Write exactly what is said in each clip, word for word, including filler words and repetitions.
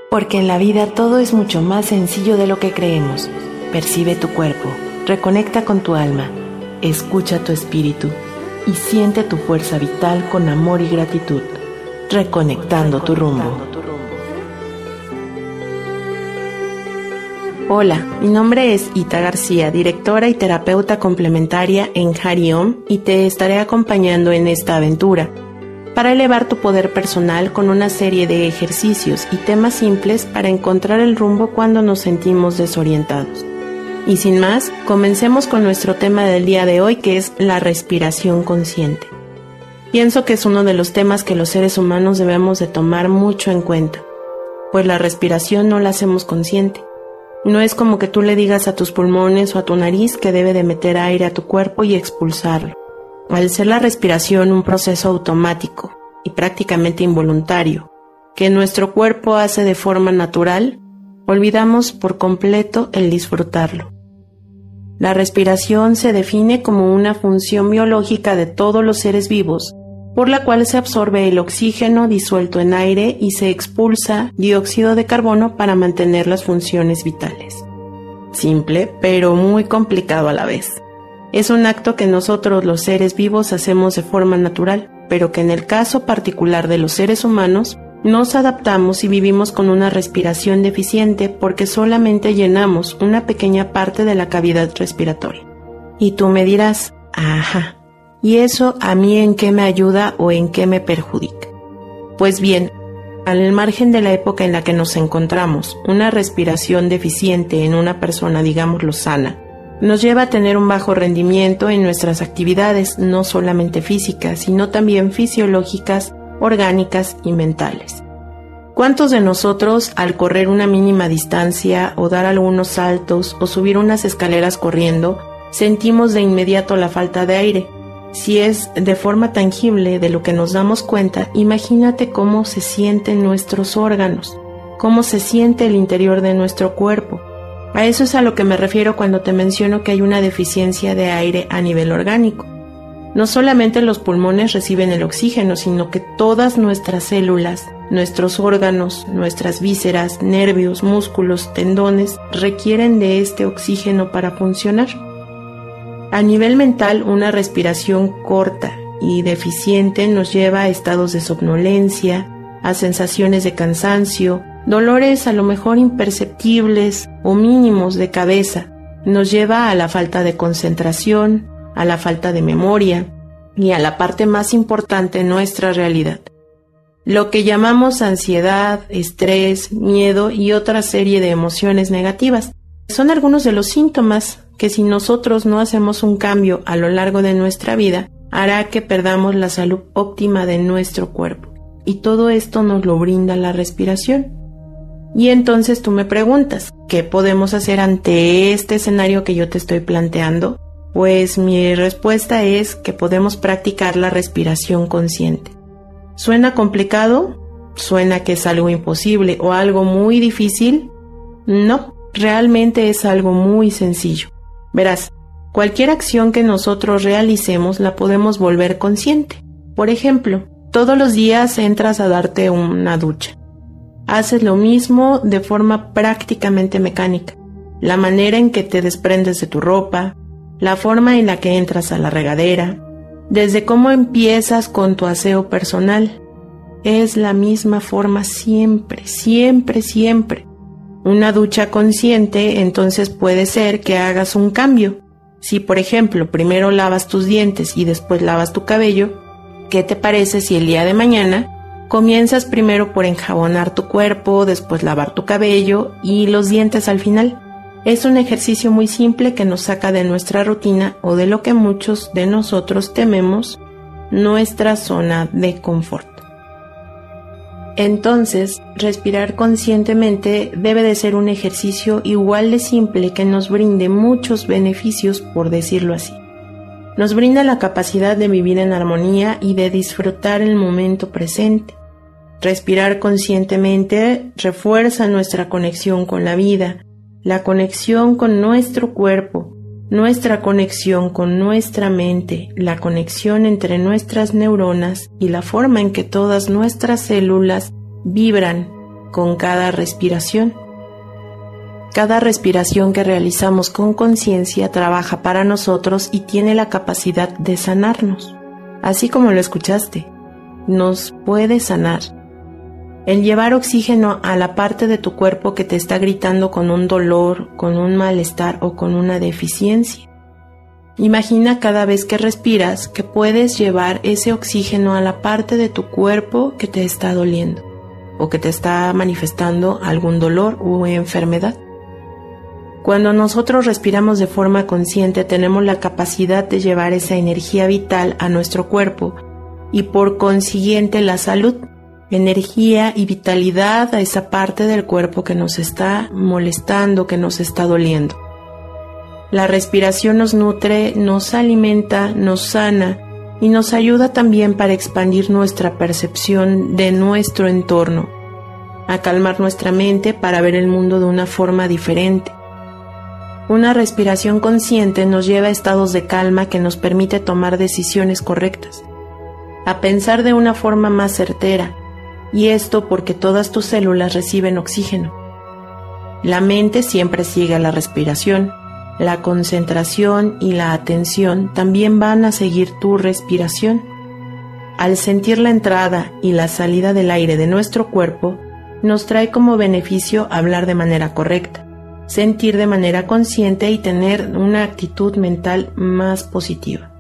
Porque en la vida todo es mucho más sencillo de lo que creemos. Percibe tu cuerpo, reconecta con tu alma, escucha tu espíritu y siente tu fuerza vital con amor y gratitud, reconectando tu rumbo. Hola, mi nombre es Ita García, directora y terapeuta complementaria en Hari Om, y te estaré acompañando en esta aventura para elevar tu poder personal con una serie de ejercicios y temas simples para encontrar el rumbo cuando nos sentimos desorientados. Y sin más, comencemos con nuestro tema del día de hoy, que es la respiración consciente. Pienso que es uno de los temas que los seres humanos debemos de tomar mucho en cuenta, pues la respiración no la hacemos consciente. No es como que tú le digas a tus pulmones o a tu nariz que debe de meter aire a tu cuerpo y expulsarlo. Al ser la respiración un proceso automático y prácticamente involuntario, que nuestro cuerpo hace de forma natural, olvidamos por completo el disfrutarlo. La respiración se define como una función biológica de todos los seres vivos, por la cual se absorbe el oxígeno disuelto en aire y se expulsa dióxido de carbono para mantener las funciones vitales. Simple, pero muy complicado a la vez. Es un acto que nosotros los seres vivos hacemos de forma natural, pero que en el caso particular de los seres humanos, nos adaptamos y vivimos con una respiración deficiente porque solamente llenamos una pequeña parte de la cavidad respiratoria. Y tú me dirás, ajá, ¿y eso a mí en qué me ayuda o en qué me perjudica? Pues bien, al margen de la época en la que nos encontramos, una respiración deficiente en una persona, digámoslo sana, nos lleva a tener un bajo rendimiento en nuestras actividades, no solamente físicas, sino también fisiológicas, orgánicas y mentales. ¿Cuántos de nosotros, al correr una mínima distancia o dar algunos saltos o subir unas escaleras corriendo, sentimos de inmediato la falta de aire? Si es de forma tangible de lo que nos damos cuenta, imagínate cómo se sienten nuestros órganos, cómo se siente el interior de nuestro cuerpo. A eso es a lo que me refiero cuando te menciono que hay una deficiencia de aire a nivel orgánico. No solamente los pulmones reciben el oxígeno, sino que todas nuestras células, nuestros órganos, nuestras vísceras, nervios, músculos, tendones requieren de este oxígeno para funcionar. A nivel mental, una respiración corta y deficiente nos lleva a estados de somnolencia, a sensaciones de cansancio, dolores a lo mejor imperceptibles o mínimos de cabeza, nos lleva a la falta de concentración, a la falta de memoria y a la parte más importante, nuestra realidad. Lo que llamamos ansiedad, estrés, miedo y otra serie de emociones negativas son algunos de los síntomas que, si nosotros no hacemos un cambio a lo largo de nuestra vida, hará que perdamos la salud óptima de nuestro cuerpo. Y todo esto nos lo brinda la respiración. Y entonces tú me preguntas, ¿qué podemos hacer ante este escenario que yo te estoy planteando? Pues mi respuesta es que podemos practicar la respiración consciente. ¿Suena complicado? ¿Suena que es algo imposible o algo muy difícil? No, realmente es algo muy sencillo. Verás, cualquier acción que nosotros realicemos la podemos volver consciente. Por ejemplo, todos los días entras a darte una ducha. Haces lo mismo de forma prácticamente mecánica. La manera en que te desprendes de tu ropa, la forma en la que entras a la regadera, desde cómo empiezas con tu aseo personal. Es la misma forma siempre, siempre, siempre. Una ducha consciente, entonces puede ser que hagas un cambio. Si, por ejemplo, primero lavas tus dientes y después lavas tu cabello, ¿qué te parece si el día de mañana comienzas primero por enjabonar tu cuerpo, después lavar tu cabello y los dientes al final? Es un ejercicio muy simple que nos saca de nuestra rutina o de lo que muchos de nosotros tememos, nuestra zona de confort. Entonces, respirar conscientemente debe de ser un ejercicio igual de simple que nos brinde muchos beneficios, por decirlo así. Nos brinda la capacidad de vivir en armonía y de disfrutar el momento presente. Respirar conscientemente refuerza nuestra conexión con la vida, la conexión con nuestro cuerpo, nuestra conexión con nuestra mente, la conexión entre nuestras neuronas y la forma en que todas nuestras células vibran con cada respiración. Cada respiración que realizamos con conciencia trabaja para nosotros y tiene la capacidad de sanarnos. Así como lo escuchaste, nos puede sanar. El llevar oxígeno a la parte de tu cuerpo que te está gritando con un dolor, con un malestar o con una deficiencia. Imagina cada vez que respiras que puedes llevar ese oxígeno a la parte de tu cuerpo que te está doliendo o que te está manifestando algún dolor o enfermedad. Cuando nosotros respiramos de forma consciente, tenemos la capacidad de llevar esa energía vital a nuestro cuerpo y por consiguiente la salud, energía y vitalidad a esa parte del cuerpo que nos está molestando, que nos está doliendo. La respiración nos nutre, nos alimenta, nos sana y nos ayuda también para expandir nuestra percepción de nuestro entorno, a calmar nuestra mente para ver el mundo de una forma diferente. Una respiración consciente nos lleva a estados de calma que nos permite tomar decisiones correctas, a pensar de una forma más certera, y esto porque todas tus células reciben oxígeno. La mente siempre sigue a la respiración, la concentración y la atención también van a seguir tu respiración. Al sentir la entrada y la salida del aire de nuestro cuerpo, nos trae como beneficio hablar de manera correcta, sentir de manera consciente y tener una actitud mental más positiva.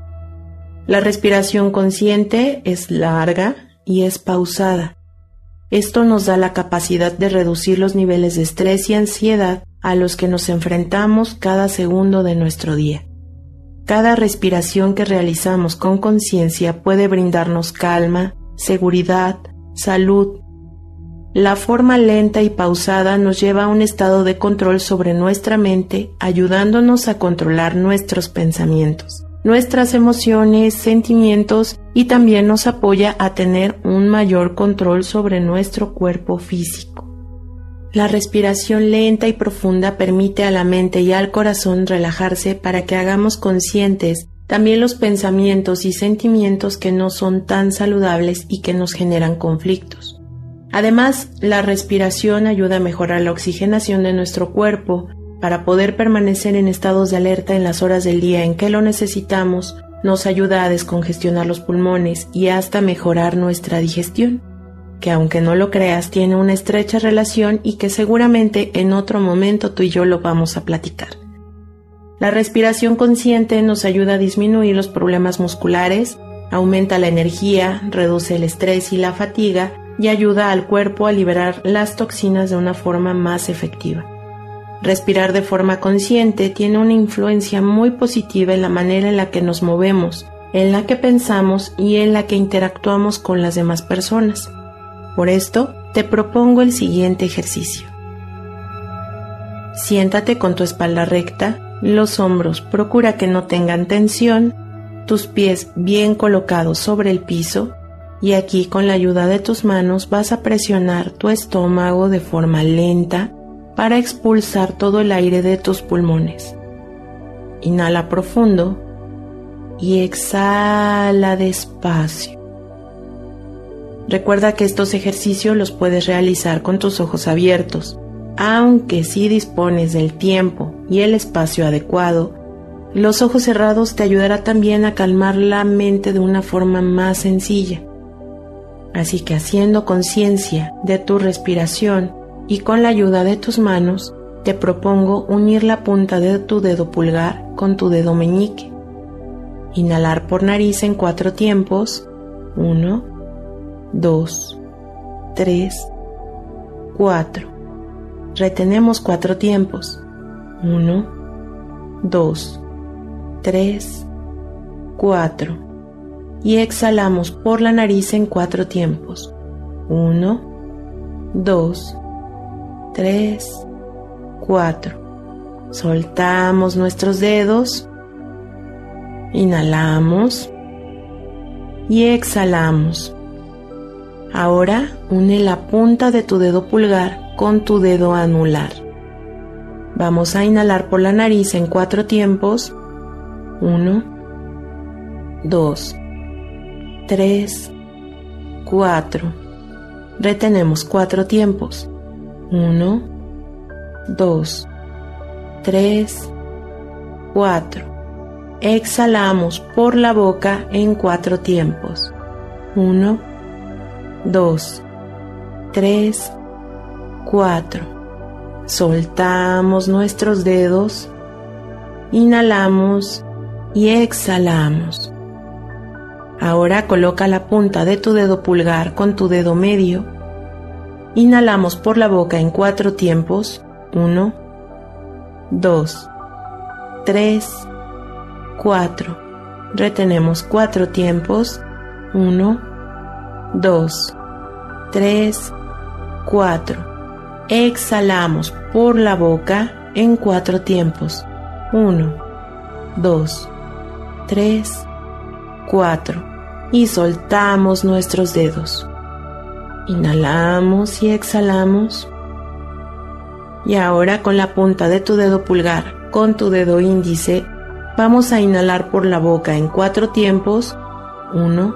La respiración consciente es larga y es pausada. Esto nos da la capacidad de reducir los niveles de estrés y ansiedad a los que nos enfrentamos cada segundo de nuestro día. Cada respiración que realizamos con conciencia puede brindarnos calma, seguridad, salud. La forma lenta y pausada nos lleva a un estado de control sobre nuestra mente, ayudándonos a controlar nuestros pensamientos, nuestras emociones, sentimientos y también nos apoya a tener un mayor control sobre nuestro cuerpo físico. La respiración lenta y profunda permite a la mente y al corazón relajarse para que hagamos conscientes también los pensamientos y sentimientos que no son tan saludables y que nos generan conflictos. Además, la respiración ayuda a mejorar la oxigenación de nuestro cuerpo para poder permanecer en estados de alerta en las horas del día en que lo necesitamos, nos ayuda a descongestionar los pulmones y hasta mejorar nuestra digestión, que aunque no lo creas tiene una estrecha relación y que seguramente en otro momento tú y yo lo vamos a platicar. La respiración consciente nos ayuda a disminuir los problemas musculares, aumenta la energía, reduce el estrés y la fatiga y ayuda al cuerpo a liberar las toxinas de una forma más efectiva. Respirar de forma consciente tiene una influencia muy positiva en la manera en la que nos movemos, en la que pensamos y en la que interactuamos con las demás personas. Por esto, te propongo el siguiente ejercicio. Siéntate con tu espalda recta, los hombros procura que no tengan tensión, tus pies bien colocados sobre el piso, y aquí con la ayuda de tus manos vas a presionar tu estómago de forma lenta para expulsar todo el aire de tus pulmones. Inhala profundo y exhala despacio. Recuerda que estos ejercicios los puedes realizar con tus ojos abiertos, aunque si dispones del tiempo y el espacio adecuado, los ojos cerrados te ayudará también a calmar la mente de una forma más sencilla. Así que haciendo conciencia de tu respiración y con la ayuda de tus manos, te propongo unir la punta de tu dedo pulgar con tu dedo meñique. Inhalar por nariz en cuatro tiempos. Uno, dos, tres, cuatro. Retenemos cuatro tiempos. Uno, dos, tres, cuatro. Y exhalamos por la nariz en cuatro tiempos. Uno, dos, tres, cuatro. Soltamos nuestros dedos. Inhalamos y exhalamos. Ahora une la punta de tu dedo pulgar con tu dedo anular. Vamos a inhalar por la nariz en cuatro tiempos. Uno, dos, tres, cuatro. Retenemos cuatro tiempos. uno, dos, tres, cuatro. Exhalamos por la boca en cuatro tiempos. uno, dos, tres, cuatro. Soltamos nuestros dedos, inhalamos y exhalamos. Ahora coloca la punta de tu dedo pulgar con tu dedo medio. Inhalamos por la boca en cuatro tiempos. uno, dos, tres, cuatro. Retenemos cuatro tiempos. uno, dos, tres, cuatro. Exhalamos por la boca en cuatro tiempos. uno, dos, tres, cuatro. Y soltamos nuestros dedos. Inhalamos y exhalamos. Y ahora con la punta de tu dedo pulgar, con tu dedo índice, vamos a inhalar por la boca en cuatro tiempos. uno,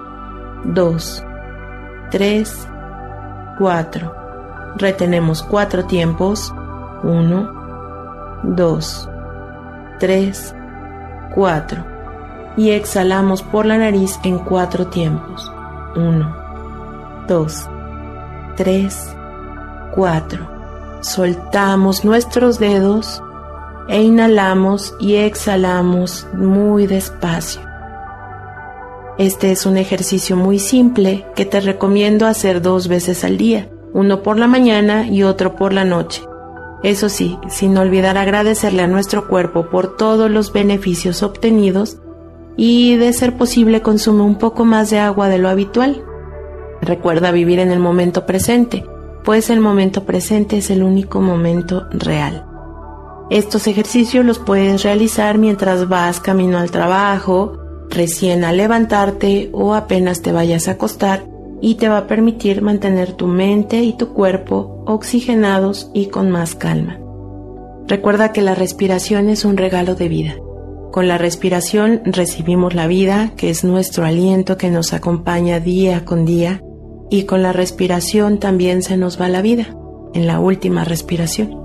dos, tres, cuatro. Retenemos cuatro tiempos. uno, dos, tres, cuatro. Y exhalamos por la nariz en cuatro tiempos. uno, dos, tres, cuatro. Soltamos nuestros dedos e inhalamos y exhalamos muy despacio. Este es un ejercicio muy simple que te recomiendo hacer dos veces al día, uno por la mañana y otro por la noche. Eso sí, sin olvidar agradecerle a nuestro cuerpo por todos los beneficios obtenidos y, de ser posible, consume un poco más de agua de lo habitual. Recuerda vivir en el momento presente, pues el momento presente es el único momento real. Estos ejercicios los puedes realizar mientras vas camino al trabajo, recién al levantarte o apenas te vayas a acostar, y te va a permitir mantener tu mente y tu cuerpo oxigenados y con más calma. Recuerda que la respiración es un regalo de vida. Con la respiración recibimos la vida, que es nuestro aliento que nos acompaña día con día, y con la respiración también se nos va la vida, en la última respiración.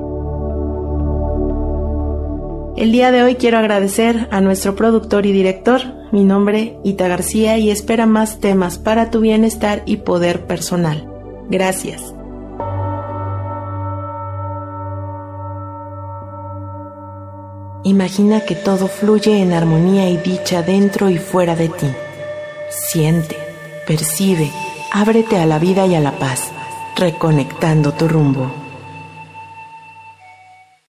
El día de hoy quiero agradecer a nuestro productor y director. Mi nombre, Ita García, y espera más temas para tu bienestar y poder personal. Gracias. Imagina que todo fluye en armonía y dicha dentro y fuera de ti. Siente, percibe, ábrete a la vida y a la paz, reconectando tu rumbo.